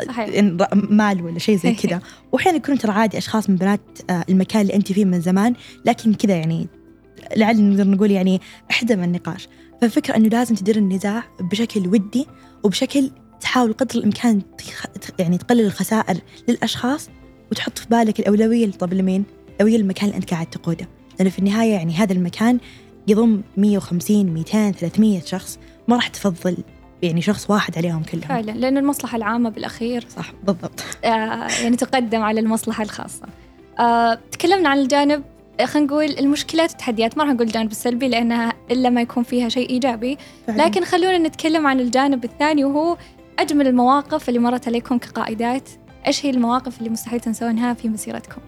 مال ولا شيء زي كذا، وأحيانا يكون ترى عادي أشخاص من بنات المكان اللي أنت فيه من زمان، لكن كذا يعني لعل نقدر نقول يعني احتدم النقاش. فالفكرة أنه لازم تدير النزاع بشكل ودي، وبشكل تحاول قدر الإمكان يعني تقلل الخسائر للأشخاص، وتحط في بالك الأولوية طب لمين؟ أولوية المكان اللي أنت قاعد تقوده، لأنه في النهاية يعني هذا المكان يضم مية وخمسين مئتين ثلاثمية شخص، ما راح تفضل يعني شخص واحد عليهم كلهم فعلا، لأن المصلحة العامة بالأخير صح بالضبط آه يعني تقدم على المصلحة الخاصة. آه تكلمنا عن الجانب، خلينا نقول المشكلات والتحديات، ما راح نقول الجانب السلبي لأنها إلا ما يكون فيها شيء إيجابي فعلا. لكن خلونا نتكلم عن الجانب الثاني، وهو أجمل المواقف اللي مرت عليكم كقائدات. إيش هي المواقف اللي مستحيل تنسونها في مسيرتكم؟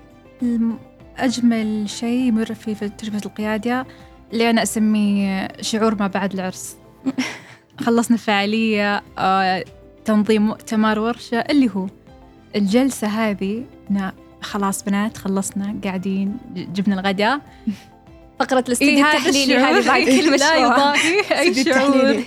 أجمل شيء يمر في تجربة القيادة اللي أنا أسميه شعور ما بعد العرس. خلصنا فعالية، تنظيم مؤتمر، ورشة، اللي هو الجلسة هذه، خلاص بنات خلصنا قاعدين جبنا الغداء، فقرة الاستديو التحليلي هذه بعد كل مشروع لا يضاهي أي شعور.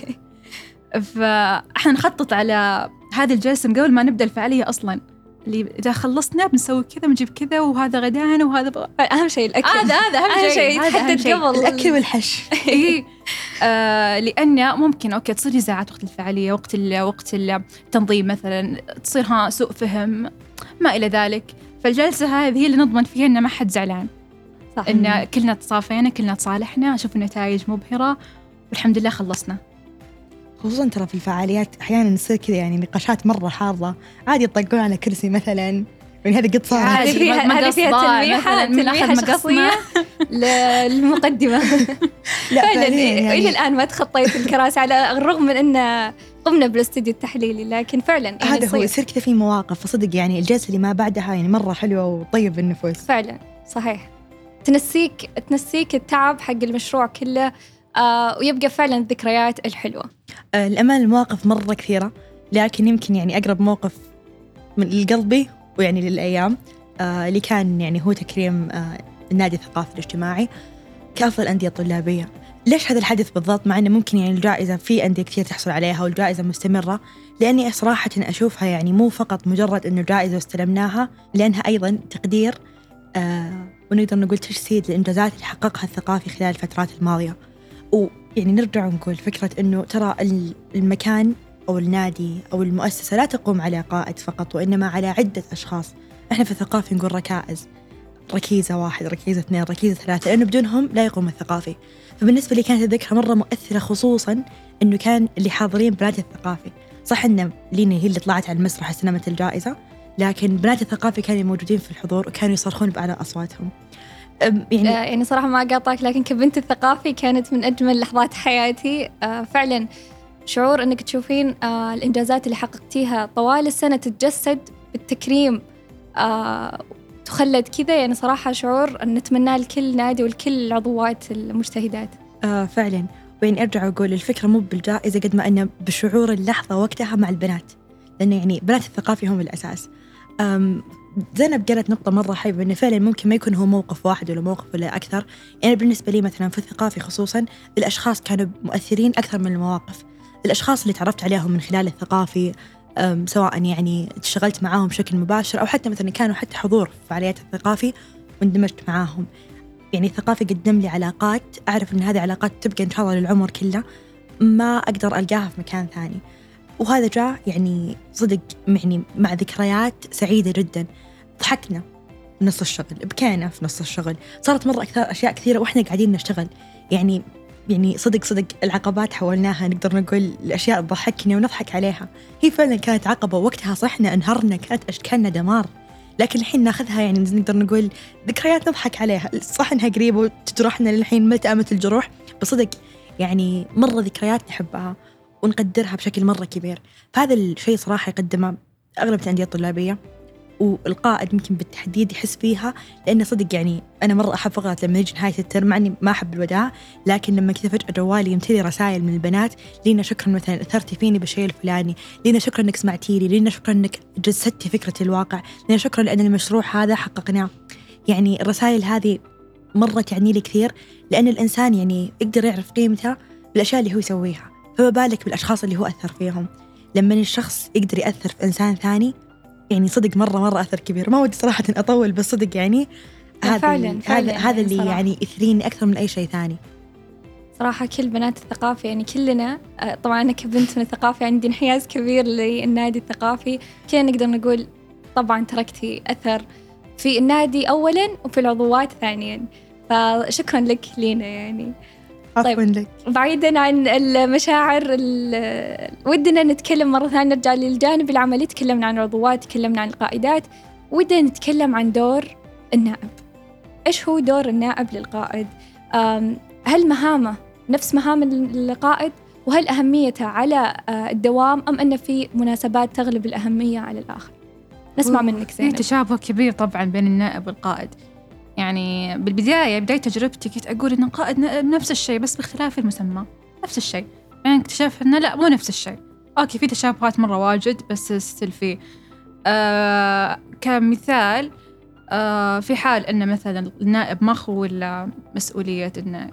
فإحنا نخطط على هذه الجلسة من قبل ما نبدأ الفعالية أصلاً، اللي إذا خلصنا بنسوي كذا بنجيب كذا، وهذا غدانا وهذا ب... أهم شيء الأكل. هذا هذا أهم شيء تحدد قبل الأكل والحش. إيه آه لأن ممكن أوكي تصير نزاعات وقت الفعالية، وقت وقت التنظيم مثلا تصير ها سوء فهم ما إلى ذلك. فالجلسة هذه هي اللي نضمن فيها إن ما حد زعلان، صح، إن كلنا تصافينا، كلنا تصالحنا، شوف النتائج مبهرة والحمد لله خلصنا. خصوصاً ترى في الفعاليات أحياناً نصير كذا يعني نقاشات مرة حارة، عادي يطقون على كرسي مثلاً، يعني هذا قد صار. هذه فيها هذه فيها تلميحة تلميحة شخصية للمقدمة. فعلاً يعني إلى الآن ما تخطيت الكراسي على الرغم من أن قمنا بالاستديو التحليلي، لكن فعلاً يعني هذا هو يصير كذا في مواقف، فصدق يعني الجلسة اللي ما بعدها يعني مرة حلوة وطيب النفوس. فعلاً صحيح، تنسيك تنسيك التعب حق المشروع كله، آه ويبقى فعلاً الذكريات الحلوة. آه الأمان المواقف مرة كثيرة، لكن يمكن يعني أقرب موقف من قلبي ويعني للأيام آه اللي كان يعني هو تكريم آه النادي الثقافي الاجتماعي كأفضل أندية طلابية. ليش هذا الحدث بالضبط مع أنه ممكن يعني الجائزة في أندية كثير تحصل عليها والجائزة مستمرة؟ لأني صراحة أشوفها يعني مو فقط مجرد أنه جائزة واستلمناها، لأنها أيضا تقدير آه ونقدر نقول تجسيد للإنجازات اللي حققها الثقافي خلال الفترات الماضية. ويعني نرجع ونقول فكرة أنه ترى المكان أو النادي أو المؤسسة لا تقوم على قائد فقط، وإنما على عدة أشخاص. إحنا في الثقافي نقول ركائز، ركيزة واحد، ركيزة اثنين، ركيزة ثلاثة، لأنه بدونهم لا يقوم الثقافي. فبالنسبة لي كانت الذكرى مرة مؤثرة، خصوصاً أنه كان اللي حاضرين بنات الثقافي. صح إن ليني هي اللي طلعت على المسرح استلمت الجائزة، لكن بنات الثقافي كانوا موجودين في الحضور وكانوا يصرخون بأعلى أصواتهم. يعني آه يعني صراحة ما أقاطعك، لكن كبنت الثقافي كانت من أجمل لحظات حياتي. آه فعلا شعور أنك تشوفين آه الإنجازات اللي حققتيها طوال السنة تتجسد بالتكريم آه تخلد كذا، يعني صراحة شعور نتمناه لكل نادي ولكل العضوات المجتهدات. آه فعلا. وين أرجع أقول الفكرة مو بالجائزة قد ما أنه بشعور اللحظة وقتها مع البنات، لأنه يعني بنات الثقافي هم الأساس. زينب قالت نقطة مرة حلوة، إنه فعلا ممكن ما يكون هو موقف واحد ولا موقف ولا أكثر. يعني بالنسبة لي مثلا في الثقافي خصوصا الأشخاص كانوا مؤثرين أكثر من المواقف. الأشخاص اللي تعرفت عليهم من خلال الثقافي سواء يعني اشتغلت معاهم بشكل مباشر أو حتى مثلا كانوا حتى حضور في فعاليات الثقافي واندمجت معاهم. يعني الثقافي قدم لي علاقات أعرف إن هذه علاقات تبقى إن شاء الله للعمر كله، ما أقدر ألقاها في مكان ثاني. وهذا جاء يعني صدق يعني مع ذكريات سعيدة جدا. ضحكنا في نص الشغل، بكينا في نص الشغل، صارت مرة أكثر أشياء كثيرة وإحنا قاعدين نشتغل. يعني يعني صدق صدق العقبات حولناها نقدر نقول الأشياء تضحكنا ونضحك عليها. هي فعلا كانت عقبة وقتها، صحنا انهرنا، كانت أشكالنا دمار، لكن الحين ناخذها يعني نقدر نقول ذكريات نضحك عليها. صح إنها قريبة وتجرحنا للحين ملتأمة الجروح، بس صدق يعني مرة ذكريات نحبها ونقدرها بشكل مرة كبير. فهذا الشيء صراحة يقدمه أغلب الأندية الطلابية، والقائد ممكن بالتحديد يحس فيها، لأنه صدق يعني أنا مرة أحب فقرات لما يجي نهاية الترم، مع إني ما أحب الوداع، لكن لما كذا فجأة جوالي يمتلي رسائل من البنات: لينا شكرا مثلا أثرتي فيني بالشيء الفلاني، لينا شكرا إنك سمعتي لي، لينا شكرا إنك جسدتي فكرة الواقع، لينا شكرا لأن المشروع هذا حققناه. يعني الرسائل هذه مرة تعني لي كثير، لأن الإنسان يعني يقدر يعرف قيمته بالأشياء اللي هو يسويها، فما بالك بالأشخاص اللي هو أثر فيهم. لما الشخص يقدر يأثر في إنسان ثاني يعني صدق مرة مرة أثر كبير. ما ودي صراحة أطول، بس صدق يعني هذا فعلا فعلا هذا هذا اللي صراحة. يعني يثريني أكثر من أي شيء ثاني صراحة. كل بنات الثقافي يعني كلنا، طبعا أنا كبنت من الثقافي عندي انحياز كبير للنادي الثقافي، كلنا نقدر نقول طبعا تركتي أثر في النادي أولا وفي العضوات ثانيا، فشكرا لك لينا يعني. عفوا لك. بعيدا عن المشاعر، ودنا نتكلم مرة ثانية، نرجع للجانب العملي. تكلمنا عن العضوات، تكلمنا عن القائدات، ودنا نتكلم عن دور النائب. إيش هو دور النائب للقائد؟ هل مهامه نفس مهام القائد؟ وهل أهميته على الدوام أم أن في مناسبات تغلب الأهمية على الآخر؟ نسمع منك زينب. في تشابه كبير طبعا بين النائب والقائد. يعني بالبداية بداية تجربتي كنت أقول إن القائد نفس الشيء بس باختلاف المسمى، نفس الشيء. يعني اكتشفت إنه لا، مو نفس الشيء. أوكي في تشابهات مرة واجد، بس ستيل في آه كمثال آه في حال إن مثلا النائب ما هو إلا مسؤولية إنه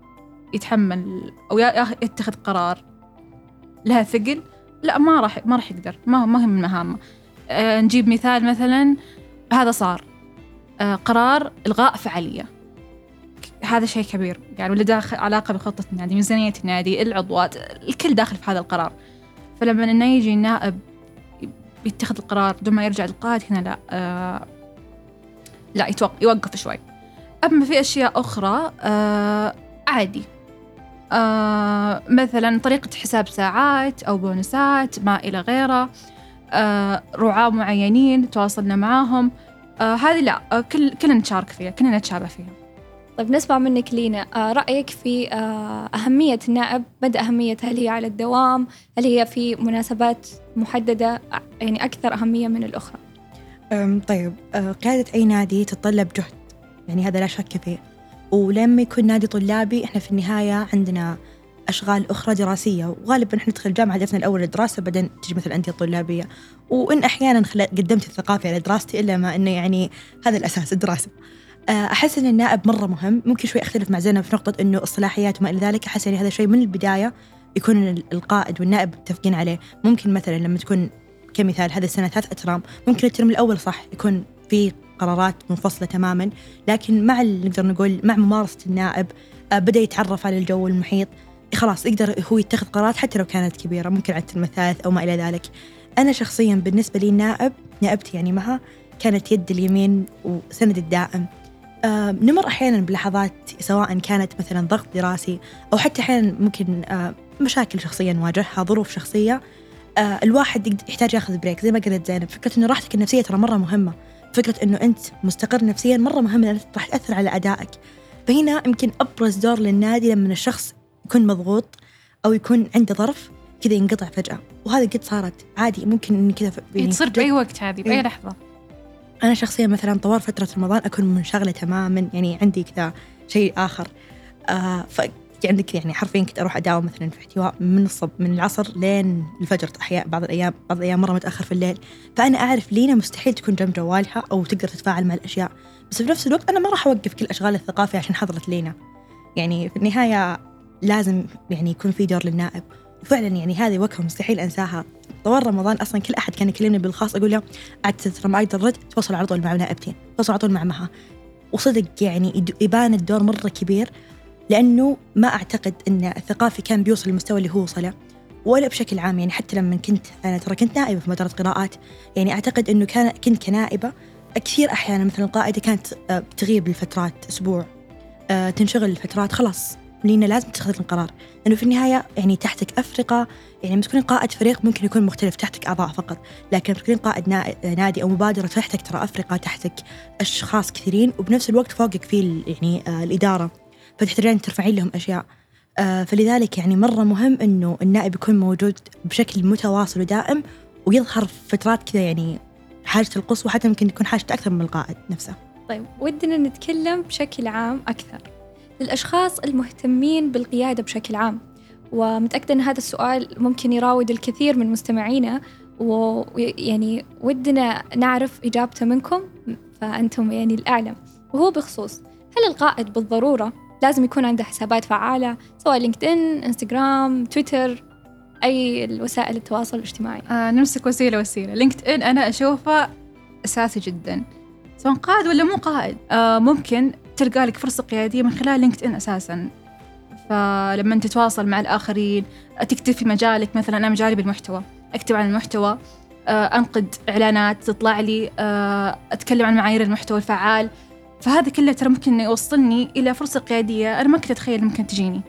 يتحمل أو يتخذ قرار لها ثقل، لا ما راح ما راح يقدر، ما ما هي من مهامه. آه نجيب مثال مثلا، هذا صار آه قرار إلغاء فعالية، هذا شيء كبير يعني، ولا داخل علاقة بخطة النادي، ميزانية النادي، العضوات، الكل داخل في هذا القرار. فلما إنه يجي النائب بيتخذ القرار بدون ما يرجع للقائد، هنا لا آه لا يتوقف يوقف شوي. أما في أشياء أخرى آه عادي، آه مثلا طريقة حساب ساعات أو بونسات ما إلى غيره، آه رعاة معينين تواصلنا معاهم، آه هذه لا آه كل كلنا نشارك فيها، كلنا نتشابه فيها. طيب نسمع منك لينا، آه رأيك في آه أهمية النائب، مدى أهميتها، هل هي على الدوام، هل هي في مناسبات محددة يعني أكثر أهمية من الأخرى؟ طيب آه قيادة أي نادي تتطلب جهد، يعني هذا لا شك فيه. ولما يكون نادي طلابي إحنا في النهاية عندنا أشغال أخرى دراسية، وغالباً إحنا ندخل الجامعة هدفنا الأول الدراسة، بعدين تجي مثل الأندية الطلابية. وإن أحياناً قدمت الثقافة على دراستي، إلا ما إنه يعني هذا الأساس الدراسة. أحس إن النائب مرة مهم. ممكن شوي أختلف مع زينب في نقطة إنه الصلاحيات وما إلى ذلك. أحس إن هذا شيء من البداية يكون القائد والنائب متفقين عليه. ممكن مثلاً لما تكون كمثال هذا السنة ثلاث أترام، ممكن الترم الأول صح يكون في قرارات منفصلة تماماً، لكن مع نقدر نقول مع ممارسة النائب بدأ يتعرف على الجو المحيط، خلاص يقدر هو يتخذ قرارات حتى لو كانت كبيرة، ممكن على الترم الثالث أو ما إلى ذلك. أنا شخصياً بالنسبة لي النائب نائبتي يعني معها كانت يد اليمين وسند الدائم. آه نمر أحياناً بلحظات سواء كانت مثلاً ضغط دراسي أو حتى أحياناً ممكن آه مشاكل شخصية نواجهها، ظروف شخصية، آه الواحد يحتاج ياخذ بريك. زي ما قلت زينب، فكرة إنه راحتك النفسية ترى مرة مهمة. في فكرة إنه أنت مستقر نفسيا مرة مهم، لأنه راح تأثر على أدائك. فهنا يمكن أبرز دور للنادي لما الشخص يكون مضغوط أو يكون عنده ظرف كذا ينقطع فجأة، وهذا قد صارت عادي، ممكن إن كذا يعني تصير بأي وقت، هذه بأي لحظة. أنا شخصيا مثلا طوال فترة رمضان أكون منشغلة تماما، يعني عندي كذا شيء آخر. آه ف عندك يعني حرفيا كنت أروح أداوم مثلا في احتواء من الصب من العصر لين الفجر، أحياء بعض الأيام بعض الأيام مرة متأخر في الليل. فأنا أعرف لينا مستحيل تكون جنب جوالها أو تقدر تتفاعل مع الأشياء، بس في نفس الوقت أنا ما راح أوقف كل أشغال الثقافة عشان حضرت لينا. يعني في النهاية لازم يعني يكون في دور للنائب، وفعلا يعني هذه وقفة مستحيل أنساها. طوال رمضان أصلا كل أحد كان يكلمني بالخاص أقول له أعتذر ترى ما أقدر أرد، تواصل على طول مع نائبتين، تواصل على طول مع مها. وصدق يعني يبان الدور مرة كبير، لأنه ما أعتقد أن الثقافي كان بيوصل للمستوى اللي هو وصله، ولا بشكل عام. يعني حتى لما كنت أنا ترى كنت نائبة في مدرسة قراءات، يعني أعتقد أنه كان كنت كنائبة كثير أحيانا مثلا القائدة كانت بتغيب لفترات أسبوع، تنشغل الفترات، خلاص لينا لازم تتخذ القرار، لأنه في النهاية يعني تحتك أفرقة. يعني لما تكون قائد فريق ممكن يكون مختلف، تحتك أعضاء فقط، لكن لما تكون قائد نادي أو مبادرة تحتك ترى أفرقة، تحتك أشخاص كثيرين، وبنفس الوقت فوقك في يعني آه الإدارة، فتحتاجين ترفعين لهم أشياء. آه فلذلك يعني مرة مهم إنه النائب يكون موجود بشكل متواصل ودائم، ويظهر في فترات كذا يعني حاجة القصوى، حتى ممكن يكون حاجة أكثر من القائد نفسه. طيب ودنا نتكلم بشكل عام أكثر للأشخاص المهتمين بالقيادة بشكل عام، ومتأكدة أن هذا السؤال ممكن يراود الكثير من مستمعينا، ويعني ودنا نعرف إجابته منكم، فأنتم يعني الأعلم. وهو بخصوص هل القائد بالضرورة لازم يكون عنده حسابات فعالة، سواء لينكدين، انستغرام، تويتر، أي الوسائل التواصل الاجتماعي؟ آه نمسك وسيلة وسيلة. لينكدين أنا أشوفه أساسي جدا، سواء قائد ولا مو قائد. آه ممكن تلقى لك فرصة قيادية من خلال لينكدين أساساً. فلما أنت تتواصل مع الآخرين، تكتب في مجالك، مثلاً أنا مجالي بالمحتوى، أكتب عن المحتوى، أنقد إعلانات تطلع لي، أتكلم عن معايير المحتوى الفعال. فهذا كله ترى ممكن يوصلني إلى فرصة قيادية أنا ما كنت أتخيل ممكن تجيني.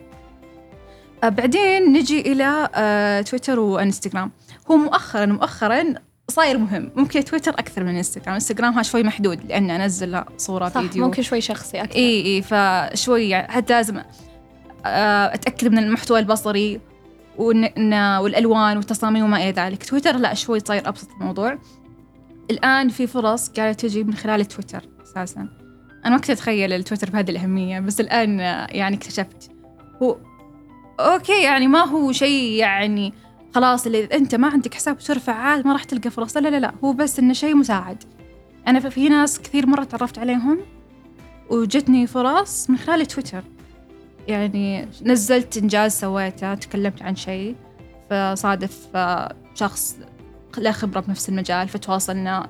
بعدين نجي إلى تويتر وإنستغرام. هو مؤخراً مؤخراً صاير مهم، ممكن تويتر أكثر من إنستغرام. إنستغرام ها شوي محدود لأن أنزل صورة صح، فيديو، ممكن شوي شخصي أكثر. إيه إيه فشوي حتى لازم أتأكد من المحتوى البصري والألوان والتصاميم وما إلى ذلك. تويتر لا، شوي صاير أبسط الموضوع. الآن في فرص قاعدة تجي من خلال تويتر أساساً. أنا ما كنت أتخيل التويتر بهذه الأهمية، بس الآن يعني اكتشفت هو أوكي، يعني ما هو شيء يعني خلاص اللي أنت ما عندك حساب تويتر فعال ما راح تلقى فرص، لا لا لا، هو بس إنه شيء مساعد. أنا في ناس كثير مرة تعرفت عليهم وجتني فرص من خلال تويتر. يعني نزلت إنجاز سويته، تكلمت عن شيء، فصادف شخص له خبرة بنفس المجال فتواصلنا،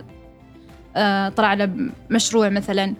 طلع له مشروع مثلا.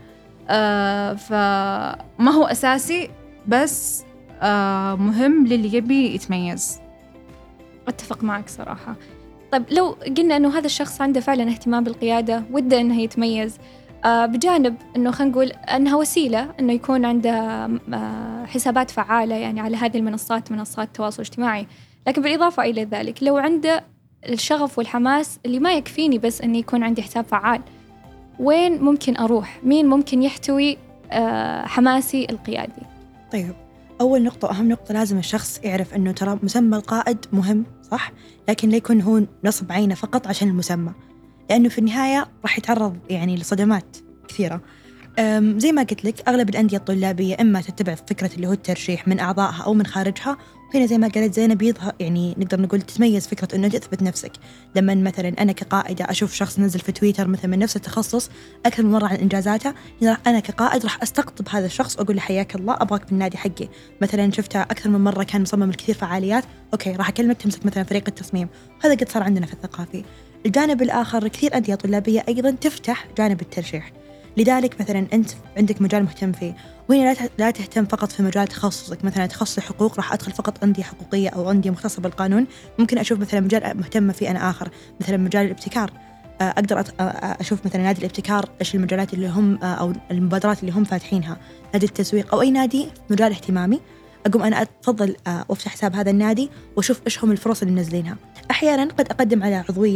فما هو أساسي، بس مهم للي يبي يتميز. أتفق معك صراحة. طيب لو قلنا أنه هذا الشخص عنده فعلا اهتمام بالقيادة، وده أنه يتميز، آه بجانب أنه خلينا نقول أنها وسيلة أنه يكون عنده آه حسابات فعالة يعني على هذه المنصات، منصات التواصل الاجتماعي، لكن بالإضافة إلى ذلك لو عنده الشغف والحماس اللي ما يكفيني بس أنه يكون عندي حساب فعال، وين ممكن أروح؟ مين ممكن يحتوي آه حماسي القيادي؟ طيب أول نقطة وأهم نقطة، لازم الشخص يعرف أنه ترى مسمى القائد مهم صح، لكن لا يكون هو نصب عينه فقط عشان المسمى، لأنه في النهاية راح يتعرض يعني لصدمات كثيرة. زي ما قلت لك أغلب الأندية الطلابية إما تتبع فكرة اللي هو الترشيح من أعضائها أو من خارجها. هنا زي ما قالت زينب يظهر يعني نقدر نقول تتميز فكرة أنه تثبت نفسك. لما مثلا أنا كقائدة أشوف شخص نزل في تويتر مثلا من نفس التخصص أكثر من مرة عن إنجازاته، أنا كقائد راح أستقطب هذا الشخص وأقول له حياك الله أبغاك بالنادي حقي. مثلا شفته أكثر من مرة كان مصمم الكثير فعاليات، أوكي راح أكلمك تمسك مثلا فريق التصميم. هذا قد صار عندنا في الثقافي. الجانب الآخر كثير أندية طلابية أيضا تفتح جانب الترشيح، لذلك مثلا أنت عندك مجال مهتم فيه، وهنا لا تهتم فقط في مجال تخصصك. مثلا تخصص الحقوق راح أدخل فقط أندية حقوقية أو أندية مختصة بالقانون. ممكن أشوف مثلا مجال مهتمة فيه أنا آخر، مثلا مجال الابتكار، أقدر أشوف مثلا نادي الابتكار إيش المجالات اللي هم أو المبادرات اللي هم فاتحينها، نادي التسويق أو أي نادي في مجال اهتمامي، أقوم أنا أتفضل وأفتح حساب هذا النادي وأشوف إيش هم الفرص اللي منزلينها. أحيانا قد أقدم على عضوية،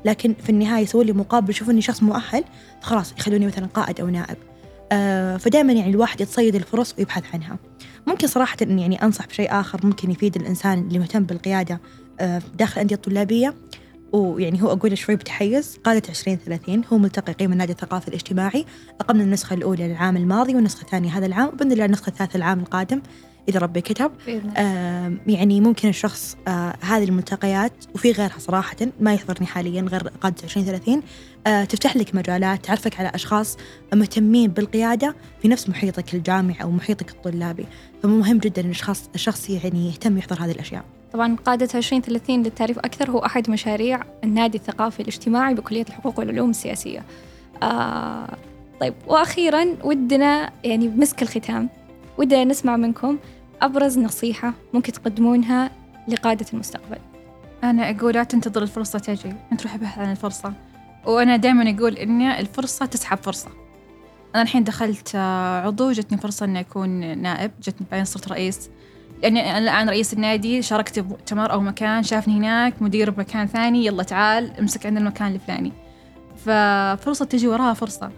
لكن في النهاية يسوون لي مقابل يشوفوني شخص مؤهل فخلاص يخلوني مثلا قائد أو نائب. آه فدائما يعني الواحد يتصيد الفرص ويبحث عنها. ممكن صراحة يعني أنصح بشيء آخر ممكن يفيد الإنسان اللي مهتم بالقيادة آه داخل الأندية الطلابية، ويعني هو أقول شوي بتحيز. قادة عشرين ثلاثين هو ملتقى قيم النادي الثقافي الاجتماعي، أقمنا النسخة الأولى للعام الماضي والنسخة الثانية هذا العام، وبإذن الله النسخة الثالثة العام القادم إذا ربي كتب. آه يعني ممكن الشخص آه هذه الملتقيات وفي غيرها صراحة ما يحضرني حاليا غير قادة عشرين ثلاثين آه تفتح لك مجالات، تعرفك على أشخاص مهتمين بالقيادة في نفس محيطك الجامعي أو محيطك الطلابي. فمهم جدا أن الشخص الشخص يعني يهتم يحضر هذه الأشياء. طبعا قادة عشرين ثلاثين للتعريف أكثر هو أحد مشاريع النادي الثقافي الاجتماعي بكلية الحقوق والعلوم السياسية. آه طيب، وأخيرا ودنا يعني بمسك الختام ودنا نسمع منكم أبرز نصيحة ممكن تقدمونها لقادة المستقبل. أنا أقول لا تنتظر الفرصة تجي، أنت روح ابحث عن الفرصة. وأنا دائما أقول إن الفرصة تسحب فرصة. أنا الحين دخلت عضو، جتني فرصة إني أكون نائب، جتني بعدين صرت رئيس، لأني أنا الآن رئيس النادي، شاركت بمؤتمر أو مكان، شافني هناك مدير بمكان ثاني، يلا تعال امسك عند المكان الفلاني. ففرصة تجي وراها فرصة.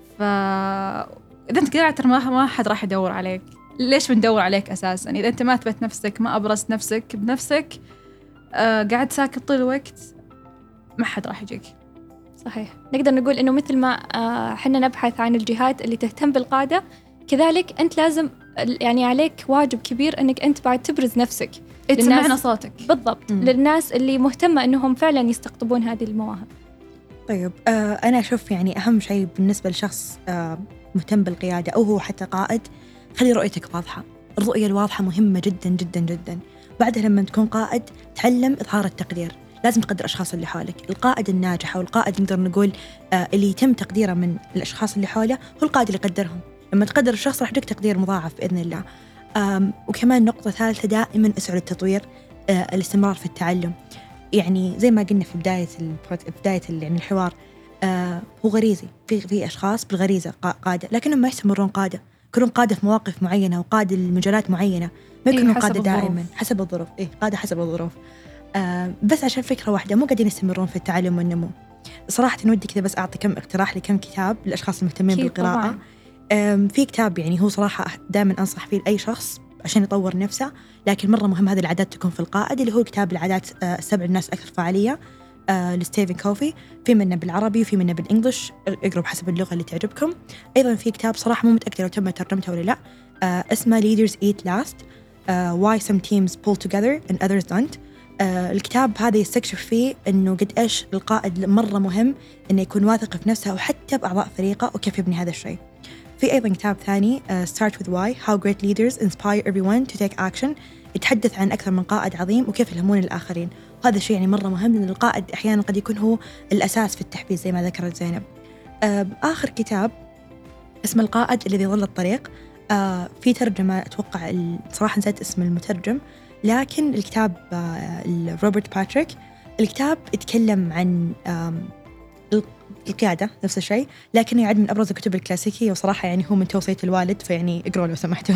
فإذا أنت قاعد ترى ما حد راح يدور عليك. ليش بندور عليك أساساً؟ إذا أنت ما أثبت نفسك، ما أبرزت نفسك بنفسك، آه قاعد ساكت طول الوقت، ما حد راح يجيك. صحيح. نقدر نقول إنه مثل ما آه حنا نبحث عن الجهات اللي تهتم بالقادة، كذلك أنت لازم يعني عليك واجب كبير إنك أنت بعد تبرز نفسك، تسمعنا صوتك. بالضبط. م. للناس اللي مهتمة إنهم فعلاً يستقطبون هذه المواهب. طيب آه أنا أشوف يعني أهم شيء بالنسبة لشخص آه مهتم بالقيادة أو هو حتى قائد، خلي رؤيتك واضحة. الرؤية الواضحة مهمة جدا جدا جدا. بعدها لما تكون قائد تعلم إظهار التقدير، لازم تقدر أشخاص اللي حولك. القائد الناجح أو القائد نقدر نقول آه اللي يتم تقديره من الأشخاص اللي حوله هو القائد اللي يقدرهم. لما تقدر الشخص راح يديك تقدير مضاعف بإذن الله. وكمان نقطة ثالثة، دائما اسعوا للتطوير، آه الاستمرار في التعلم. يعني زي ما قلنا في بداية بداية يعني الحوار، آه هو غريزي، في في أشخاص بالغريزة قادة لكنهم ما يستمرون قادة، يكونون قادة في مواقف معينة وقادة لمجالات معينة، ما يكونون إيه قادة دائما حسب الظروف. إيه قادة حسب الظروف. آه بس عشان فكرة واحدة مو قاعدين يستمرون في التعلم والنمو. صراحة ودي كذا بس أعطي كم اقتراح لكم كتاب للأشخاص المهتمين بالقراءة. في كتاب يعني هو صراحة دائما أنصح فيه لأي شخص عشان يطور نفسه، لكن مرة مهم هذه العادات تكون في القائد، اللي هو كتاب العادات السبع الناس أكثر فعالية لستيفن كوفي. في منه بالعربي وفي منه بالإنجليش، اقرأوا بحسب اللغة اللي تعجبكم. أيضا في كتاب صراحة مو متأكدة لو تم ترجمته ولا لا، اسمه Leaders Eat Last Why Some Teams Pull Together and Others Don't. الكتاب هذا يستكشف فيه إنه قد إيش القائد مرة مهم إنه يكون واثق في نفسه وحتى بأعضاء فريقه وكيف يبني هذا الشيء. في أيضاً كتاب ثاني uh, Start with Why How Great Leaders Inspire Everyone to Take Action، يتحدث عن أكثر من قائد عظيم وكيف يلهمون الآخرين. وهذا الشيء يعني مرة مهم، لأن القائد أحياناً قد يكون هو الأساس في التحفيز زي ما ذكرت زينب. uh, آخر كتاب اسمه القائد الذي ظل الطريق. uh, في ترجمة أتوقع صراحة نسيت اسم المترجم، لكن الكتاب uh, روبرت باتريك. الكتاب يتكلم عن um, القيادة نفس الشيء، لكن يعد من أبرز الكتب الكلاسيكية، وصراحة يعني هو من توصية الوالد، فيعني اقرأوا لو سمحتوا.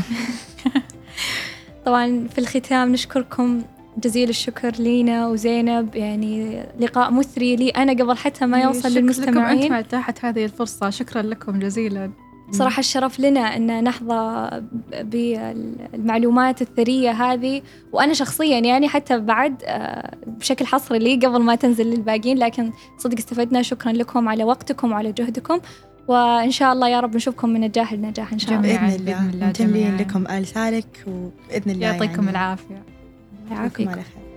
طبعا في الختام نشكركم جزيل الشكر لينا وزينب، يعني لقاء مثري لي أنا قبل حتى ما يوصل للمستمعين. شكرا لكم أنتم تحت هذه الفرصة، شكرا لكم جزيلا. صراحة الشرف لنا أن نحظى بالمعلومات الثرية هذه، وأنا شخصياً يعني حتى بعد بشكل حصري لي قبل ما تنزل للباقين، لكن صدق استفدنا. شكراً لكم على وقتكم وعلى جهدكم، وإن شاء الله يا رب نشوفكم من نجاح لنجاح إن شاء الله. بإذن الله. متمنين لكم آل سالك، وبإذن الله يعطيكم يعني العافية. يعافيكم على خير.